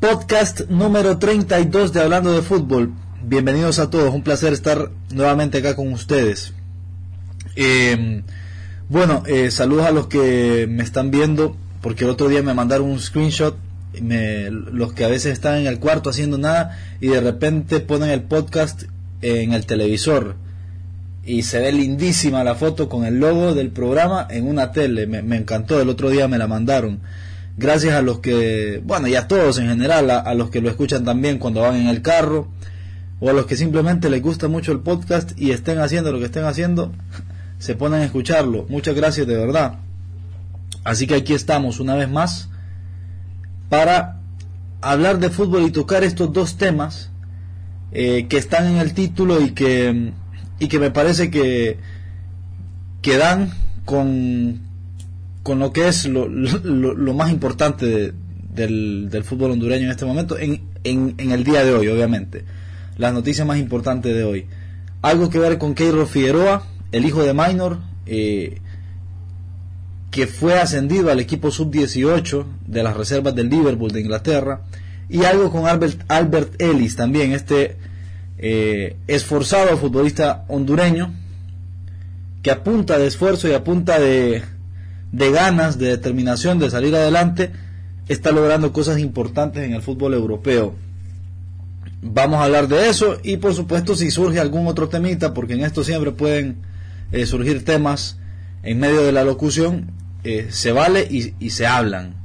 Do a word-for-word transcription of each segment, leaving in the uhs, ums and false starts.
Podcast número treinta y dos de Hablando de Fútbol. Bienvenidos a todos, un placer estar nuevamente acá con ustedes. Eh, bueno, eh, saludos a los que me están viendo, porque el otro día me mandaron un screenshot, me, los que a veces están en el cuarto haciendo nada y de repente ponen el podcast en el televisor y se ve lindísima la foto con el logo del programa en una tele. Me, me encantó, el otro día me la mandaron. Gracias a los que, bueno, y a todos en general, a, a los que lo escuchan también cuando van en el carro, o a los que simplemente les gusta mucho el podcast y estén haciendo lo que estén haciendo, se ponen a escucharlo. Muchas gracias de verdad. Así que aquí estamos una vez más para hablar de fútbol y tocar estos dos temas eh, que están en el título y que, y que me parece que, que dan con... con lo que es lo, lo, lo más importante de, del, del fútbol hondureño en este momento, en, en, en el día de hoy, obviamente. Las noticias más importantes de hoy. Algo que ver con Keylor Figueroa, el hijo de Maynor, eh, que fue ascendido al equipo sub dieciocho de las reservas del Liverpool de Inglaterra. Y algo con Albert, Albert Ellis también, este eh, esforzado futbolista hondureño, que a punta de esfuerzo y a punta de... de ganas, de determinación de salir adelante, está logrando cosas importantes en el fútbol europeo. Vamos a hablar de eso y por supuesto si surge algún otro temita, porque en esto siempre pueden eh, surgir temas en medio de la locución, eh, se vale y, y se hablan.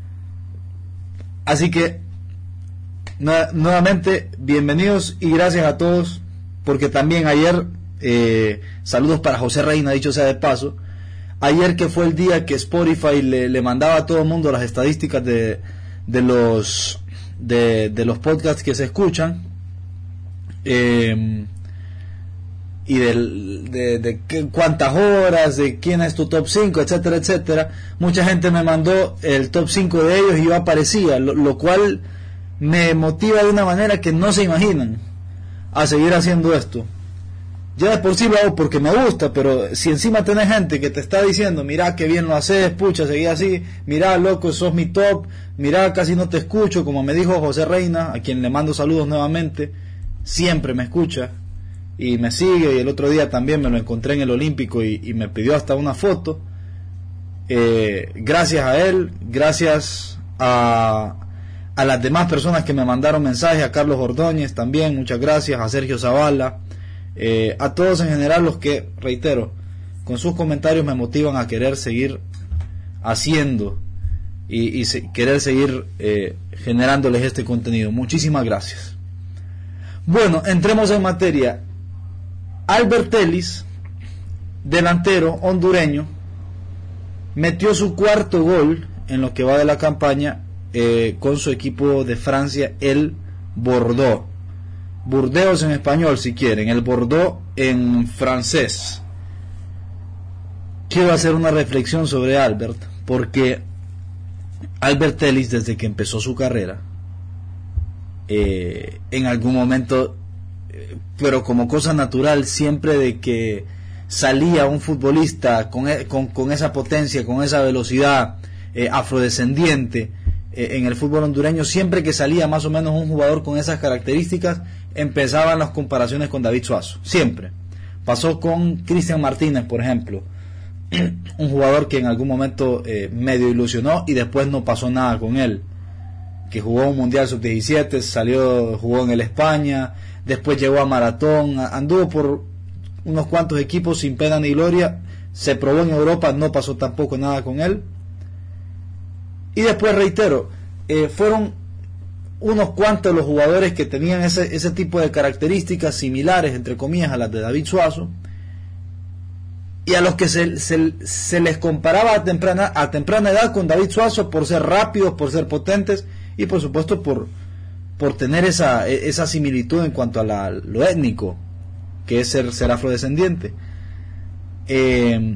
Así que na- nuevamente bienvenidos y gracias a todos, porque también ayer eh, saludos para José Reina, dicho sea de paso. Ayer, que fue el día que Spotify le, le mandaba a todo el mundo las estadísticas de, de los de, de los podcasts que se escuchan, eh, y del, de, de qué, cuántas horas, de quién es tu top cinco, etcétera, etcétera. Mucha gente me mandó el top cinco de ellos y yo aparecía, lo, lo cual me motiva de una manera que no se imaginan a seguir haciendo esto. Ya de por sí lo hago porque me gusta, pero si encima tenés gente que te está diciendo, mirá que bien lo haces, pucha, seguí así, mirá, loco, sos mi top, mirá, casi no te escucho, como me dijo José Reina, a quien le mando saludos nuevamente, siempre me escucha y me sigue, y el otro día también me lo encontré en el Olímpico y, y me pidió hasta una foto. Eh, gracias a él, gracias a, a las demás personas que me mandaron mensajes, a Carlos Ordóñez también, muchas gracias, a Sergio Zavala. Eh, a todos en general, los que, reitero, con sus comentarios me motivan a querer seguir haciendo y, y se, querer seguir eh, generándoles este contenido. Muchísimas gracias. Bueno, entremos en materia. Albert Ellis, delantero hondureño, metió su cuarto gol en lo que va de la campaña eh, con su equipo de Francia, el Bordeaux. Burdeos en español, si quieren, el Bordeaux en francés. Quiero hacer una reflexión sobre Albert, porque Albert Ellis, desde que empezó su carrera, eh, en algún momento, eh, pero como cosa natural, siempre de que salía un futbolista con, con, con esa potencia, con esa velocidad, eh, afrodescendiente, eh, en el fútbol hondureño, siempre que salía más o menos un jugador con esas características, empezaban las comparaciones con David Suazo, siempre. Pasó con Cristian Martínez, por ejemplo, un jugador que en algún momento eh, medio ilusionó y después no pasó nada con él, que jugó un Mundial sub diecisiete, salió, jugó en el España, después llegó a Maratón, anduvo por unos cuantos equipos sin pena ni gloria, se probó en Europa, no pasó tampoco nada con él. Y después, reitero, eh, fueron unos cuantos los jugadores que tenían ese, ese tipo de características similares, entre comillas, a las de David Suazo, y a los que se, se, se les comparaba a temprana, a temprana edad con David Suazo por ser rápidos, por ser potentes y por supuesto por, por tener esa, esa similitud en cuanto a la, lo étnico, que es ser, ser afrodescendiente. Eh,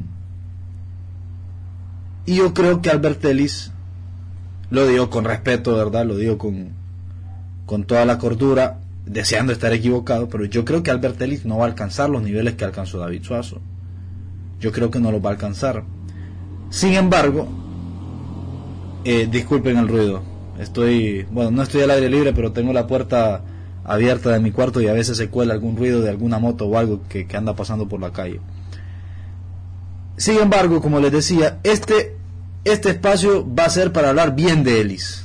y yo creo que Albert Ellis, lo digo con respeto, ¿verdad? Lo digo con con toda la cordura, deseando estar equivocado, pero yo creo que Albert Ellis no va a alcanzar los niveles que alcanzó David Suazo. Yo creo que no los va a alcanzar. Sin embargo, eh, disculpen el ruido, Estoy, bueno, no estoy al aire libre, pero tengo la puerta abierta de mi cuarto y a veces se cuela algún ruido de alguna moto o algo que, que anda pasando por la calle. Sin embargo, como les decía, este, este espacio va a ser para hablar bien de Elis,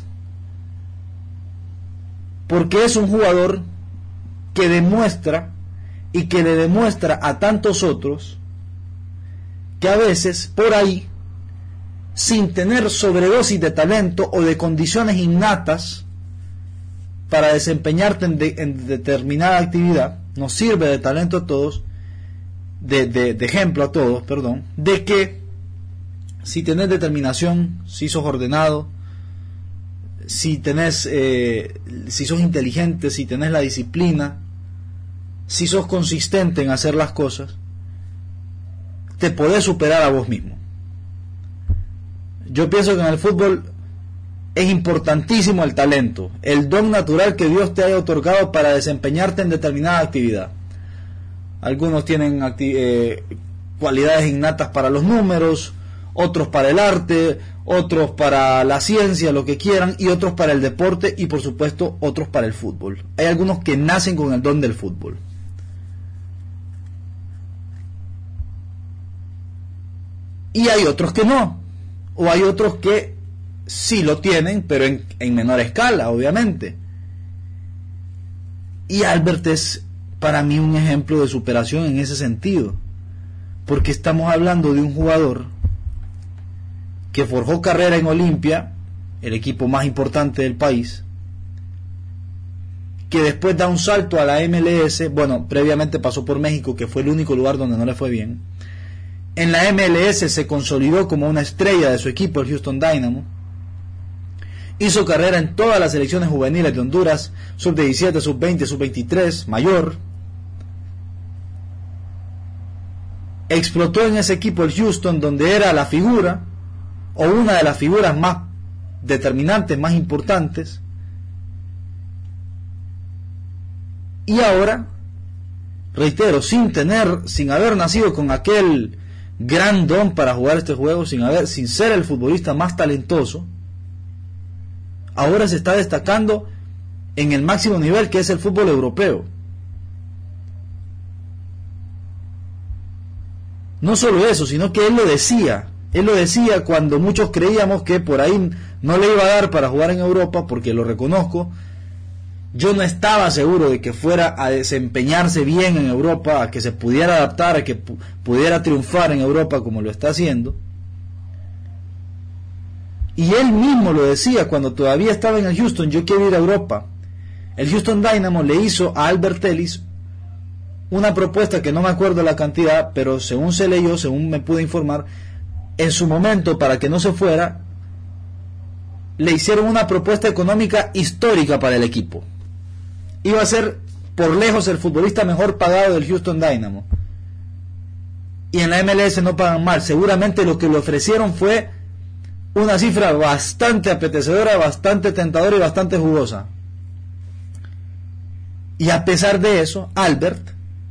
porque es un jugador que demuestra y que le demuestra a tantos otros que a veces por ahí, sin tener sobredosis de talento o de condiciones innatas para desempeñarte en, de, en determinada actividad, nos sirve de talento a todos, de, de, de ejemplo a todos, perdón, de que si tenés determinación, si sos ordenado, si tenés, eh, si sos inteligente, si tenés la disciplina, si sos consistente en hacer las cosas, te podés superar a vos mismo. Yo pienso que en el fútbol es importantísimo el talento, el don natural que Dios te haya otorgado para desempeñarte en determinada actividad. Algunos tienen acti- eh, cualidades innatas para los números, otros para el arte, otros para la ciencia, lo que quieran, y otros para el deporte, y por supuesto otros para el fútbol. Hay algunos que nacen con el don del fútbol. Y hay otros que no, o hay otros que sí lo tienen, pero en, en menor escala, obviamente. Y Albert es para mí un ejemplo de superación en ese sentido, porque estamos hablando de un jugador que forjó carrera en Olimpia, el equipo más importante del país, que después da un salto a la M L S, bueno, previamente pasó por México, que fue el único lugar donde no le fue bien. En la M L S se consolidó como una estrella de su equipo, el Houston Dynamo. Hizo carrera en todas las selecciones juveniles de Honduras, sub diecisiete, sub veinte, sub veintitrés, mayor. Explotó en ese equipo el Houston, donde era la figura, o una de las figuras más determinantes, más importantes. Y ahora, reitero, sin tener, sin haber nacido con aquel gran don para jugar este juego, sin haber, sin ser el futbolista más talentoso, ahora se está destacando en el máximo nivel, que es el fútbol europeo. No solo eso, sino que él lo decía, él lo decía cuando muchos creíamos que por ahí no le iba a dar para jugar en Europa, porque lo reconozco, yo no estaba seguro de que fuera a desempeñarse bien en Europa, a que se pudiera adaptar, a que pu- pudiera triunfar en Europa como lo está haciendo. Y él mismo lo decía cuando todavía estaba en el Houston: yo quiero ir a Europa. El Houston Dynamo le hizo a Albert Ellis una propuesta que no me acuerdo la cantidad, pero según se leyó, según me pude informar, en su momento, para que no se fuera, le hicieron una propuesta económica histórica para el equipo. Iba a ser por lejos el futbolista mejor pagado del Houston Dynamo, y en la M L S no pagan mal. Seguramente lo que le ofrecieron fue una cifra bastante apetecedora, bastante tentadora y bastante jugosa. Y a pesar de eso, Albert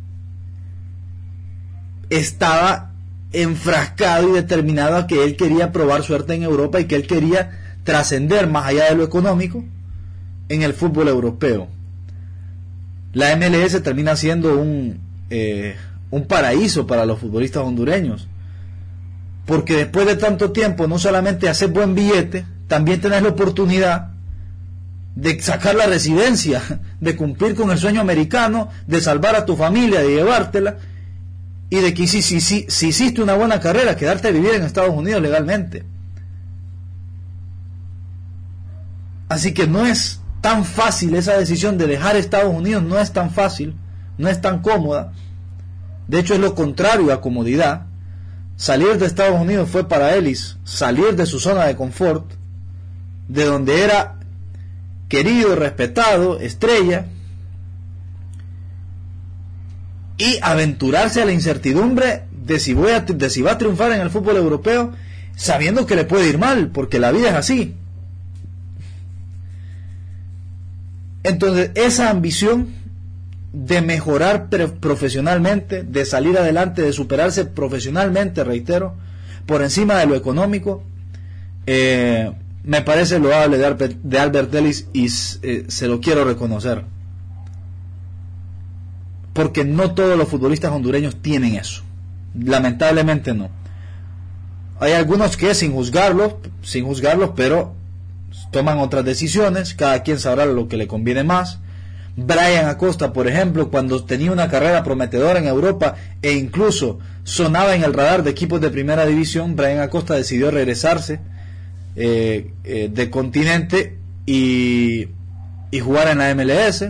estaba enfrascado y determinado a que él quería probar suerte en Europa y que él quería trascender más allá de lo económico en el fútbol europeo. La M L S termina siendo un, eh, un paraíso para los futbolistas hondureños, porque después de tanto tiempo no solamente hacer buen billete, también tenés la oportunidad de sacar la residencia, de cumplir con el sueño americano, de salvar a tu familia, de llevártela, y de que si, si, si, si hiciste una buena carrera, quedarte a vivir en Estados Unidos legalmente. Así que no es tan fácil esa decisión de dejar Estados Unidos, no es tan fácil, no es tan cómoda. De hecho, es lo contrario a comodidad. Salir de Estados Unidos fue para Ellis salir de su zona de confort, de donde era querido, respetado, estrella, y aventurarse a la incertidumbre de si, voy a, de si va a triunfar en el fútbol europeo, sabiendo que le puede ir mal, porque la vida es así. Entonces, esa ambición de mejorar profesionalmente, de salir adelante, de superarse profesionalmente, reitero, por encima de lo económico, eh, me parece loable de Albert, de Albert Ellis y eh, se lo quiero reconocer, porque no todos los futbolistas hondureños tienen eso, lamentablemente no. Hay algunos que sin juzgarlos, sin juzgarlos, pero toman otras decisiones, cada quien sabrá lo que le conviene más. Brian Acosta, por ejemplo, cuando tenía una carrera prometedora en Europa e incluso sonaba en el radar de equipos de primera división, Brian Acosta decidió regresarse eh, eh, de continente y, y jugar en la M L S.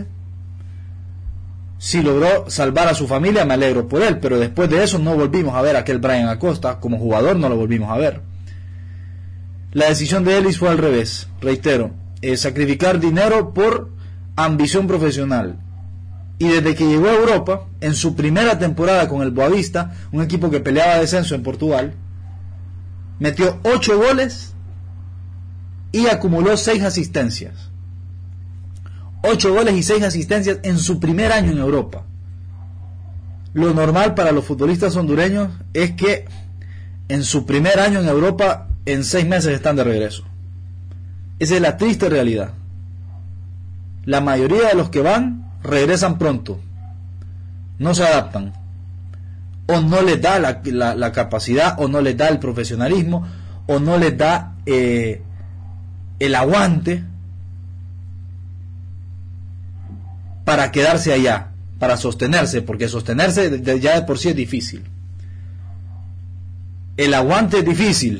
Si logró salvar a su familia, me alegro por él, pero después de eso no volvimos a ver a aquel Brian Acosta, como jugador no lo volvimos a ver. La decisión de Ellis fue al revés, reitero, eh, sacrificar dinero por ambición profesional. Y desde que llegó a Europa, en su primera temporada con el Boavista, un equipo que peleaba descenso en Portugal, metió ocho goles y acumuló seis asistencias. Ocho goles y seis asistencias en su primer año en Europa. Lo normal para los futbolistas hondureños es que en su primer año en Europa, en seis meses están de regreso. Esa es la triste realidad. La mayoría de los que van regresan pronto, no se adaptan, o no les da la, la, la capacidad, o no les da el profesionalismo, o no les da eh, el aguante para quedarse allá, para sostenerse, porque sostenerse de, ya de por sí es difícil. El aguante es difícil,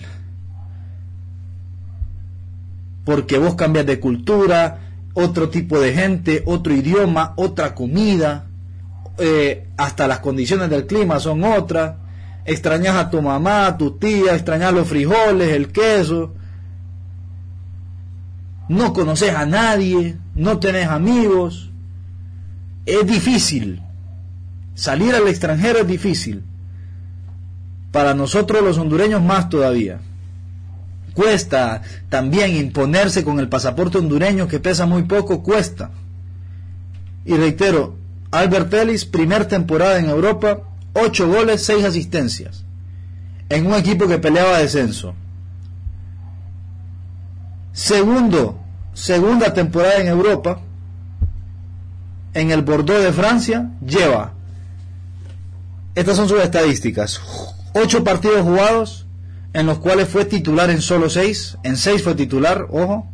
porque vos cambias de cultura, otro tipo de gente, otro idioma, otra comida, eh, hasta las condiciones del clima son otras, extrañas a tu mamá, a tu tía, extrañas los frijoles, el queso, no conoces a nadie, no tenés amigos, es difícil, salir al extranjero es difícil, para nosotros los hondureños más todavía. Cuesta también imponerse con el pasaporte hondureño que pesa muy poco, cuesta. Y reitero, Albert Ellis, primer temporada en Europa, ocho goles, seis asistencias, en un equipo que peleaba descenso. Segundo, segunda temporada en Europa, en el Bordeaux de Francia, lleva, estas son sus estadísticas, ocho partidos jugados, en los cuales fue titular en solo seis, en seis fue titular, ojo,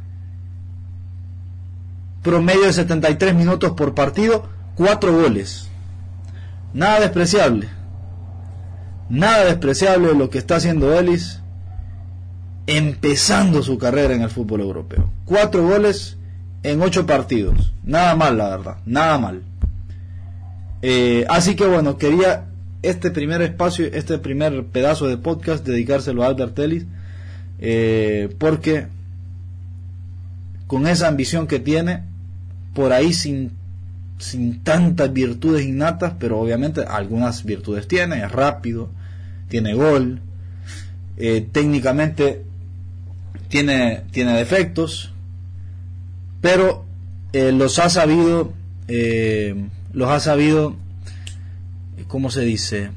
promedio de setenta y tres minutos por partido, cuatro goles, nada despreciable, nada despreciable lo que está haciendo Ellis, empezando su carrera en el fútbol europeo, cuatro goles en ocho partidos, nada mal la verdad, nada mal. Eh, así que bueno, quería este primer espacio, este primer pedazo de podcast dedicárselo a Albert Ellis, eh, porque con esa ambición que tiene, por ahí sin, sin tantas virtudes innatas, pero obviamente algunas virtudes tiene, es rápido, tiene gol, eh, técnicamente tiene, tiene defectos, pero eh, los ha sabido, eh, los ha sabido, ¿cómo se dice?,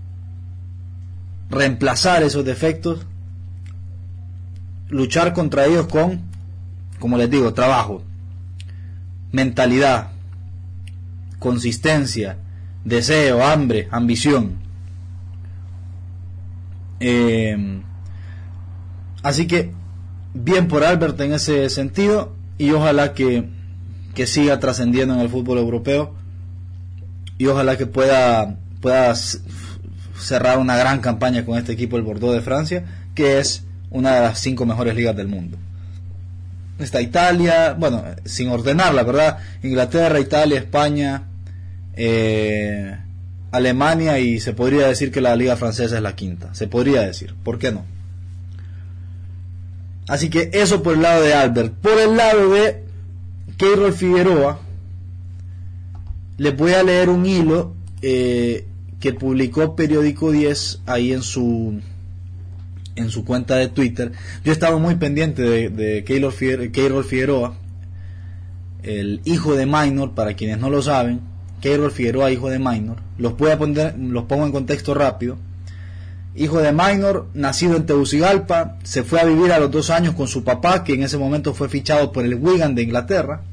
reemplazar esos defectos, luchar contra ellos con, como les digo, trabajo, mentalidad, consistencia, deseo, hambre, ambición. Eh, así que bien por Albert en ese sentido, y ojalá que, que siga trascendiendo en el fútbol europeo, y ojalá que pueda pueda cerrar una gran campaña con este equipo, el Bordeaux de Francia, que es una de las cinco mejores ligas del mundo. Está Italia, bueno, sin ordenarla, ¿verdad? Inglaterra, Italia, España, eh, Alemania, y se podría decir que la liga francesa es la quinta, se podría decir, ¿por qué no? Así que eso por el lado de Albert. Por el lado de Keirol Figueroa, les voy a leer un hilo eh, que publicó Periódico diez ahí en su en su cuenta de Twitter. Yo estaba muy pendiente de, de Keirol Figueroa, Keirol Figueroa, el hijo de Maynor, para quienes no lo saben. Keirol Figueroa, hijo de Maynor. Los voy a poner, los pongo en contexto rápido. hijo de minor, nacido en Tegucigalpa, se fue a vivir a los dos años con su papá, que en ese momento fue fichado por el Wigan de Inglaterra.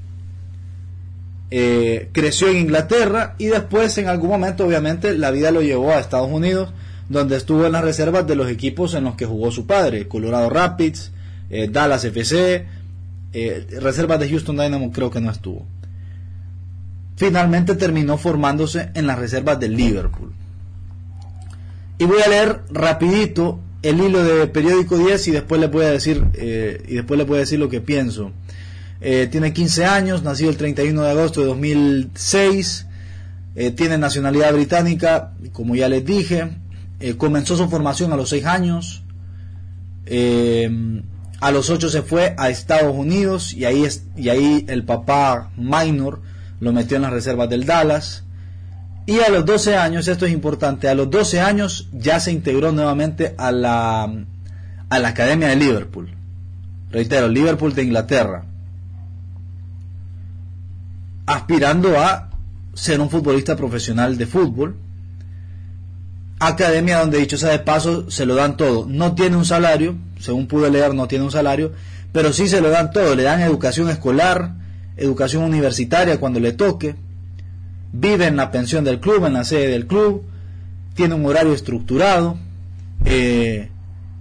Eh, creció en Inglaterra y después en algún momento obviamente la vida lo llevó a Estados Unidos, donde estuvo en las reservas de los equipos en los que jugó su padre, Colorado Rapids, eh, Dallas F C, eh, reservas de Houston Dynamo creo que no estuvo. Finalmente terminó formándose en las reservas del Liverpool. Y voy a leer rapidito el hilo de Periódico diez y después les voy a decir eh, y después les voy a decir lo que pienso. Eh, tiene quince años, nacido el treinta y uno de agosto de dos mil seis, eh, tiene nacionalidad británica, como ya les dije, eh, comenzó su formación a los seis años, eh, a los ocho se fue a Estados Unidos y ahí, es, y ahí el papá minor lo metió en las reservas del Dallas, y a los doce años, esto es importante, a los doce años ya se integró nuevamente a la, a la Academia de Liverpool, reitero, Liverpool de Inglaterra, aspirando a ser un futbolista profesional de fútbol. Academia donde, dicho sea de paso, se lo dan todo. No tiene un salario, según pude leer, no tiene un salario, pero sí se lo dan todo. Le dan educación escolar, educación universitaria cuando le toque, vive en la pensión del club, en la sede del club, tiene un horario estructurado, eh,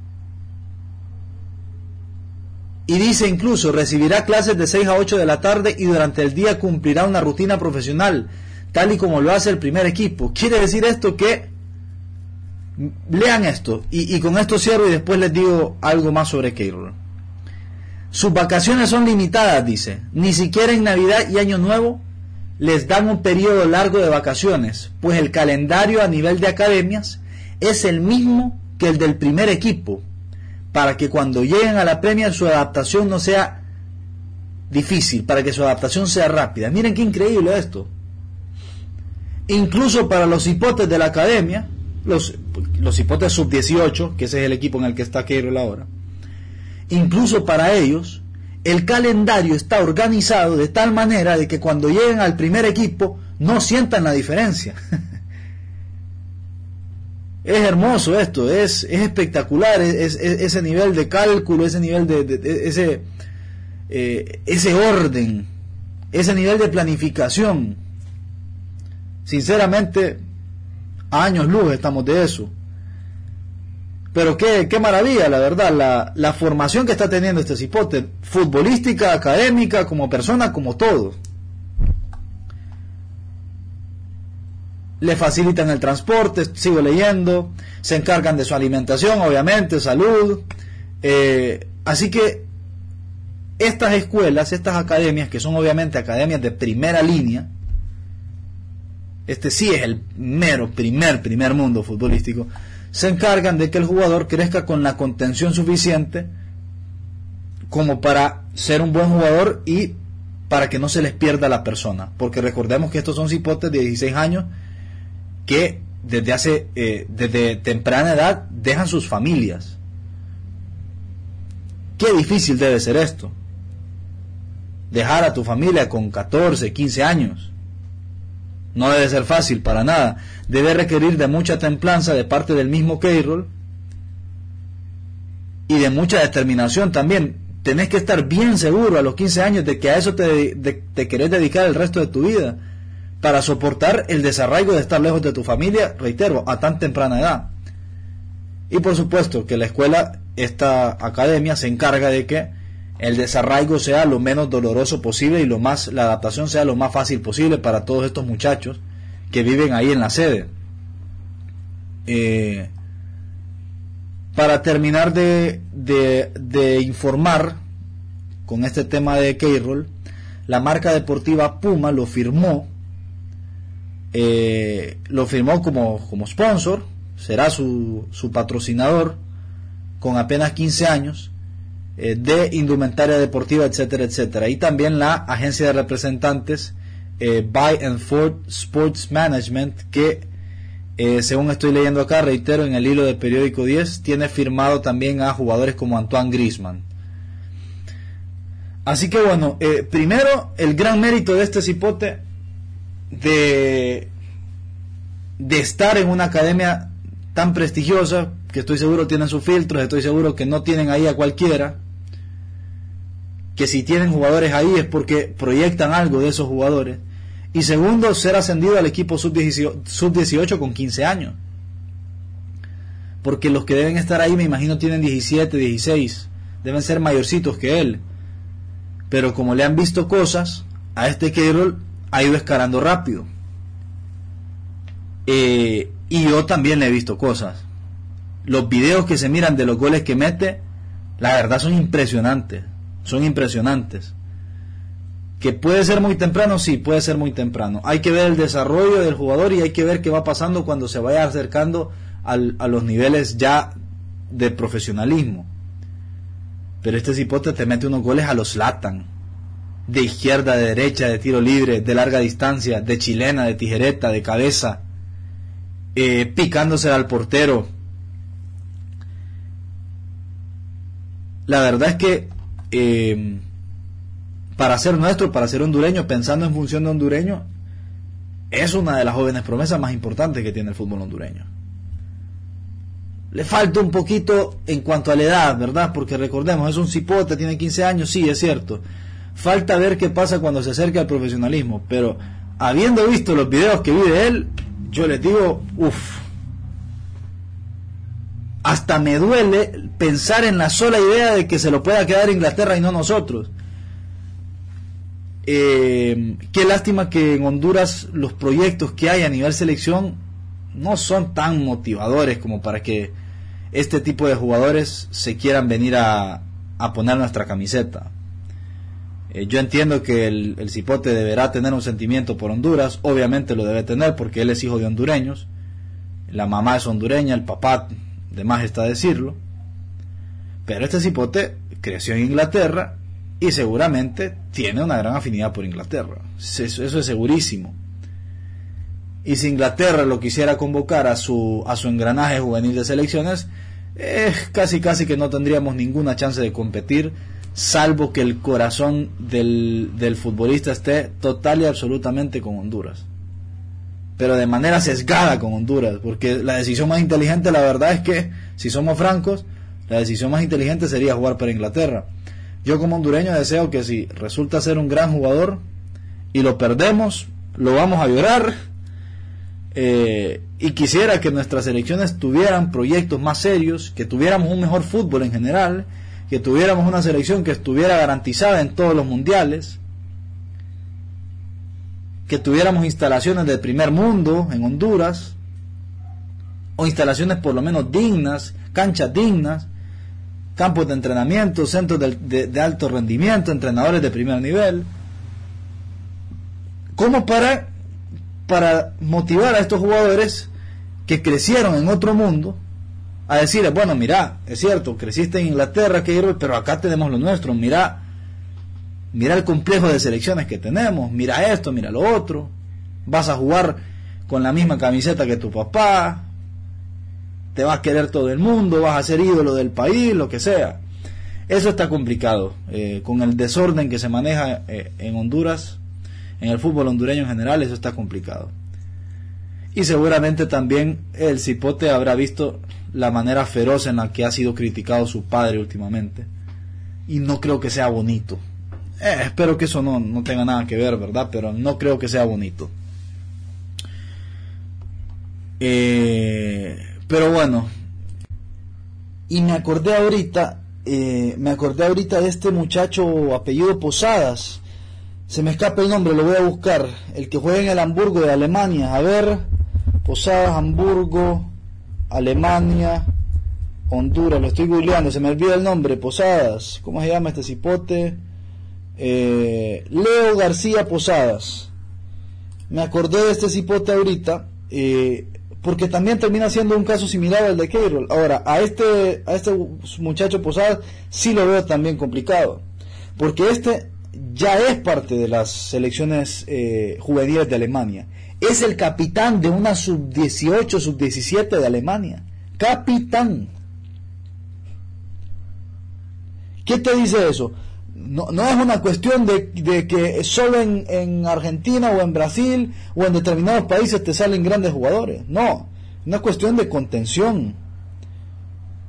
y dice incluso, recibirá clases de seis a ocho de la tarde y durante el día cumplirá una rutina profesional, tal y como lo hace el primer equipo. Quiere decir esto que, lean esto, y, y con esto cierro y después les digo algo más sobre Carroll. Sus vacaciones son limitadas, dice, ni siquiera en Navidad y Año Nuevo les dan un periodo largo de vacaciones, pues el calendario a nivel de academias es el mismo que el del primer equipo, para que cuando lleguen a la Premier su adaptación no sea difícil, para que su adaptación sea rápida. Miren qué increíble esto. Incluso para los hipotes de la academia, los, los hipotes sub dieciocho, que ese es el equipo en el que está Carroll ahora, incluso para ellos, el calendario está organizado de tal manera de que cuando lleguen al primer equipo no sientan la diferencia. Es hermoso esto, es, es espectacular, es, es, es ese nivel de cálculo, ese nivel de, de, de ese, eh, ese orden, ese nivel de planificación. Sinceramente, a años luz estamos de eso. Pero qué, qué maravilla, la verdad, la, la formación que está teniendo este cipote, futbolística, académica, como persona, como todo. Le facilitan el transporte, sigo leyendo, se encargan de su alimentación, obviamente, salud. Eh, así que estas escuelas, estas academias, que son obviamente academias de primera línea, este sí es el mero primer, primer mundo futbolístico, se encargan de que el jugador crezca con la contención suficiente como para ser un buen jugador y para que no se les pierda la persona, porque recordemos que estos son cipotes de dieciséis años que desde hace eh, desde temprana edad dejan sus familias. Qué difícil debe ser esto, dejar a tu familia con catorce, quince años. No debe ser fácil para nada. Debe requerir de mucha templanza de parte del mismo Carroll y de mucha determinación también. Tenés que estar bien seguro a los quince años de que a eso te, de, te querés dedicar el resto de tu vida, para soportar el desarraigo de estar lejos de tu familia, reitero, a tan temprana edad. Y por supuesto que la escuela, esta academia, se encarga de que el desarraigo sea lo menos doloroso posible y lo más, la adaptación sea lo más fácil posible para todos estos muchachos que viven ahí en la sede. Eh, para terminar de, de, de informar con este tema de Carroll, la marca deportiva Puma lo firmó, eh, lo firmó como, como sponsor, será su, su patrocinador con apenas quince años, eh, de indumentaria deportiva, etcétera, etcétera. Y también la agencia de representantes eh, Buy and Ford Sports Management, que eh, según estoy leyendo acá, reitero, en el hilo de Periódico diez, tiene firmado también a jugadores como Antoine Griezmann. Así que bueno, eh, primero el gran mérito de este cipote de, de estar en una academia tan prestigiosa, que estoy seguro tienen sus filtros, estoy seguro que no tienen ahí a cualquiera, que si tienen jugadores ahí es porque proyectan algo de esos jugadores. Y segundo, ser ascendido al equipo sub dieciocho con quince años, porque los que deben estar ahí me imagino tienen diecisiete, dieciséis, deben ser mayorcitos que él, pero como le han visto cosas a este Queiroz, ha ido escalando rápido. Eh, y yo también le he visto cosas. Los videos que se miran de los goles que mete, la verdad son impresionantes, son impresionantes. Que puede ser muy temprano, sí, puede ser muy temprano. Hay que ver el desarrollo del jugador y hay que ver qué va pasando cuando se vaya acercando al, a los niveles ya de profesionalismo. Pero este cipote te mete unos goles a los Zlatan, de izquierda, de derecha, de tiro libre, de larga distancia, de chilena, de tijereta, de cabeza, eh, picándose al portero. La verdad es que eh, para ser nuestro, para ser hondureño, pensando en función de hondureño, es una de las jóvenes promesas más importantes que tiene el fútbol hondureño. Le falta un poquito en cuanto a la edad, ¿verdad? Porque recordemos, es un cipote, tiene quince años, sí, es cierto. Falta ver qué pasa cuando se acerque al profesionalismo, pero habiendo visto los videos que vi de él, yo les digo, uff, hasta me duele pensar en la sola idea de que se lo pueda quedar Inglaterra y no nosotros. Eh, qué lástima que en Honduras los proyectos que hay a nivel selección no son tan motivadores como para que este tipo de jugadores se quieran venir a, a poner nuestra camiseta. Eh, yo entiendo que el, el cipote deberá tener un sentimiento por Honduras, obviamente lo debe tener porque él es hijo de hondureños, la mamá es hondureña, el papá, de más está decirlo, pero este cipote creció en Inglaterra y seguramente tiene una gran afinidad por Inglaterra, eso, eso es segurísimo. Y si Inglaterra lo quisiera convocar a su a su engranaje juvenil de selecciones, eh, casi casi que no tendríamos ninguna chance de competir, salvo que el corazón del, del futbolista esté total y absolutamente con Honduras, pero de manera sesgada con Honduras, porque la decisión más inteligente, la verdad es que, si somos francos, la decisión más inteligente sería jugar para Inglaterra. Yo como hondureño deseo que si resulta ser un gran jugador y lo perdemos, lo vamos a llorar, eh, y quisiera que nuestras selecciones tuvieran proyectos más serios, que tuviéramos un mejor fútbol en general, que tuviéramos una selección que estuviera garantizada en todos los mundiales, que tuviéramos instalaciones del primer mundo en Honduras, o instalaciones por lo menos dignas, canchas dignas, campos de entrenamiento, centros de, de, de alto rendimiento, entrenadores de primer nivel, como para, para motivar a estos jugadores que crecieron en otro mundo, a decirles, bueno, mira, es cierto, creciste en Inglaterra, pero acá tenemos lo nuestro, mira, mira el complejo de selecciones que tenemos, mira esto, mira lo otro, vas a jugar con la misma camiseta que tu papá, te va a querer todo el mundo, vas a ser ídolo del país, lo que sea. Eso está complicado, eh, con el desorden que se maneja eh, en Honduras, en el fútbol hondureño en general, eso está complicado. Y seguramente también el cipote habrá visto la manera feroz en la que ha sido criticado su padre últimamente, y no creo que sea bonito. Eh, espero que eso no, no tenga nada que ver, ¿verdad? Pero no creo que sea bonito. Eh... Pero bueno, y me acordé ahorita, eh, me acordé ahorita de este muchacho apellido Posadas, se me escapa el nombre, lo voy a buscar, el que juega en el Hamburgo de Alemania, a ver, Posadas, Hamburgo, Alemania, Honduras, lo estoy googleando, se me olvida el nombre, Posadas, ¿cómo se llama este cipote? Eh, Leo García Posadas, me acordé de este cipote ahorita, eh, porque también termina siendo un caso similar al de Queiroz. Ahora, a este a este muchacho Posadas sí lo veo también complicado, porque este ya es parte de las selecciones eh, juveniles de Alemania, es el capitán de una sub dieciocho, sub diecisiete de Alemania, capitán. ¿Qué te dice eso? No, no es una cuestión de, de que solo en, en Argentina o en Brasil o en determinados países te salen grandes jugadores. No, es una cuestión de contención.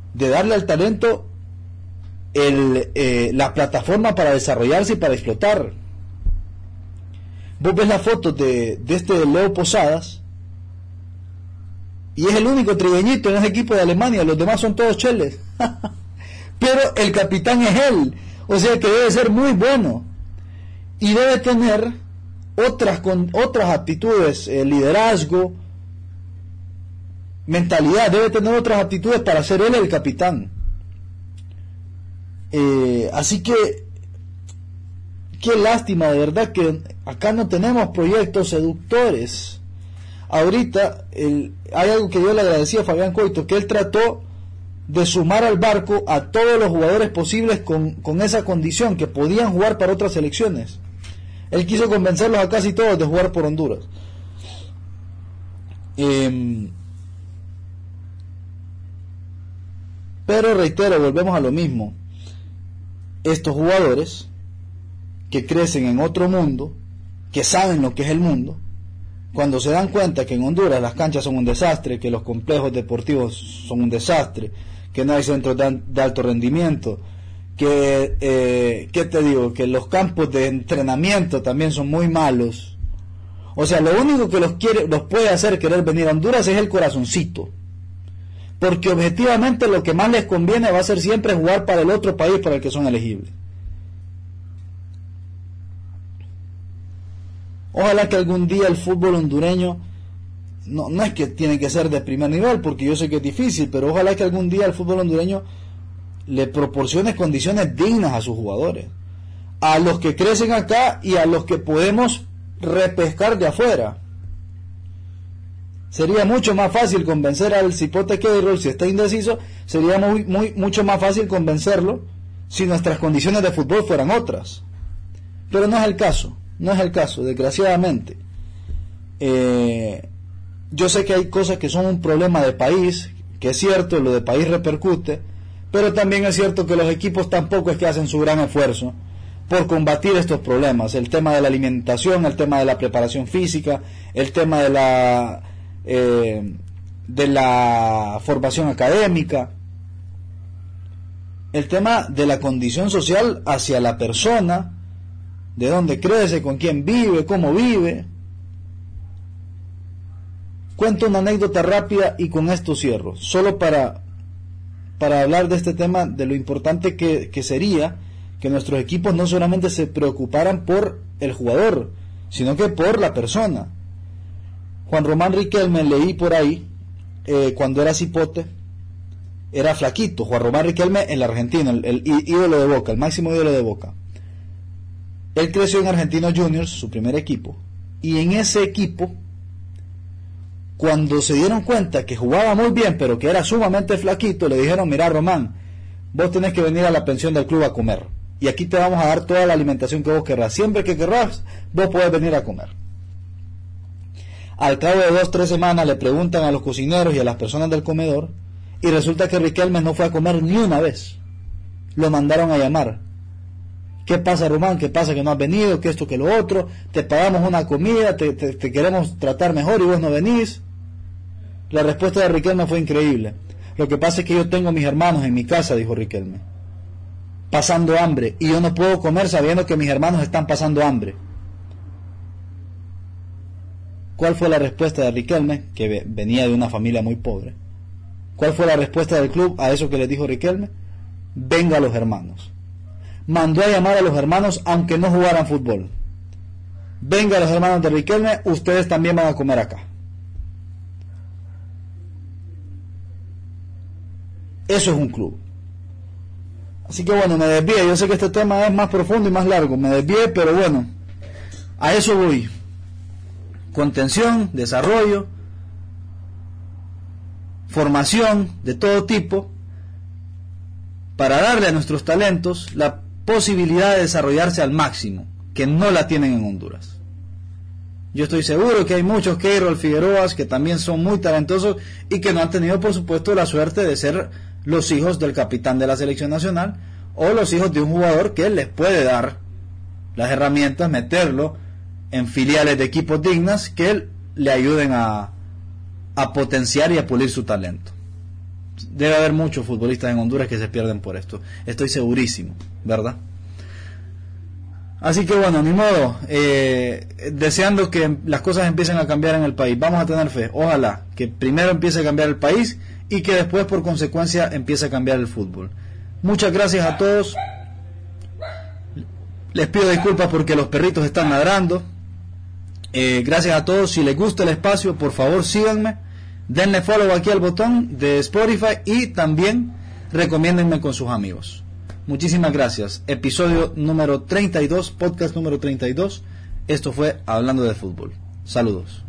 de darle al talento el, eh, la plataforma para desarrollarse y para explotar. Vos ves las fotos de, de este Leo Posadas y es el único trigueñito en ese equipo de Alemania, los demás son todos cheles. Pero el capitán es él, o sea que debe ser muy bueno y debe tener otras con otras aptitudes, eh, liderazgo, mentalidad, debe tener otras aptitudes para ser él el capitán. Eh, así que qué lástima, de verdad, que acá no tenemos proyectos seductores. Ahorita el, hay algo que yo le agradecía a Fabián Coito, que él trató de sumar al barco a todos los jugadores posibles con, con esa condición, que podían jugar para otras selecciones. Él quiso convencerlos a casi todos de jugar por Honduras. Eh, pero reitero, volvemos a lo mismo. Estos jugadores que crecen en otro mundo, que saben lo que es el mundo, cuando se dan cuenta que en Honduras las canchas son un desastre, que los complejos deportivos son un desastre, que no hay centros de, de alto rendimiento, que, eh, ¿qué te digo? Que los campos de entrenamiento también son muy malos. O sea, lo único que los quiere, los puede hacer querer venir a Honduras es el corazoncito, porque objetivamente lo que más les conviene va a ser siempre jugar para el otro país para el que son elegibles. Ojalá que algún día el fútbol hondureño, no, no es que tiene que ser de primer nivel, porque yo sé que es difícil, pero ojalá que algún día el fútbol hondureño le proporcione condiciones dignas a sus jugadores, a los que crecen acá y a los que podemos repescar de afuera. Sería mucho más fácil convencer al Cipote Queiroz, si está indeciso, sería muy, muy, mucho más fácil convencerlo si nuestras condiciones de fútbol fueran otras. Pero no es el caso, no es el caso, desgraciadamente. Eh, yo sé que hay cosas que son un problema de país, que es cierto, lo de país repercute, pero también es cierto que los equipos tampoco es que hacen su gran esfuerzo por combatir estos problemas, el tema de la alimentación, el tema de la preparación física, el tema de la eh, de la formación académica, el tema de la condición social hacia la persona, de dónde crece, con quién vive, cómo vive. Cuento una anécdota rápida y con esto cierro, solo para para hablar de este tema, de lo importante que, que sería que nuestros equipos no solamente se preocuparan por el jugador, sino que por la persona. Juan Román Riquelme, leí por ahí, eh, cuando era cipote, era flaquito. Juan Román Riquelme, el argentino, el, el ídolo de Boca, el máximo ídolo de Boca. Él creció en Argentinos Juniors, su primer equipo, y en ese equipo, cuando se dieron cuenta que jugaba muy bien, pero que era sumamente flaquito, le dijeron: mira, Román, vos tenés que venir a la pensión del club a comer, y aquí te vamos a dar toda la alimentación que vos querrás, siempre que querrás, vos podés venir a comer. Al cabo de dos, tres semanas le preguntan a los cocineros y a las personas del comedor, y resulta que Riquelme no fue a comer ni una vez. Lo mandaron a llamar. ¿Qué pasa, Román? ¿Qué pasa que no has venido? ¿Qué esto, que lo otro? Te pagamos una comida, te, te, te queremos tratar mejor y vos no venís. La respuesta de Riquelme fue increíble. Lo que pasa es que yo tengo a mis hermanos en mi casa, dijo Riquelme, pasando hambre, y yo no puedo comer sabiendo que mis hermanos están pasando hambre. ¿Cuál fue la respuesta de Riquelme, que venía de una familia muy pobre? ¿Cuál fue la respuesta del club a eso que les dijo Riquelme? Venga a los hermanos. Mandó a llamar a los hermanos aunque no jugaran fútbol. Venga a los hermanos de Riquelme, ustedes también van a comer acá. Eso es un club. Así que bueno, me desvié. Yo sé que este tema es más profundo y más largo. Me desvié, pero bueno, a eso voy. Contención, desarrollo, formación de todo tipo, para darle a nuestros talentos la posibilidad de desarrollarse al máximo, que no la tienen en Honduras. Yo estoy seguro que hay muchos Queiroz Figueroas que también son muy talentosos y que no han tenido, por supuesto, la suerte de ser los hijos del capitán de la selección nacional o los hijos de un jugador que les puede dar las herramientas, meterlo en filiales de equipos dignas que le ayuden a, a potenciar y a pulir su talento. debe haber muchos futbolistas en Honduras que se pierden por esto, estoy segurísimo, ¿verdad? Así que bueno, ni modo, eh, deseando que las cosas empiecen a cambiar en el país. Vamos a tener fe, ojalá que primero empiece a cambiar el país y que después por consecuencia empiece a cambiar el fútbol. Muchas gracias a todos. Les pido disculpas porque los perritos están ladrando. eh, Gracias a todos. Si les gusta el espacio, por favor síganme, denle follow aquí al botón de Spotify y también recomiéndenme con sus amigos. Muchísimas gracias. Episodio número treinta y dos, podcast número treinta y dos. Esto fue Hablando de Fútbol. Saludos.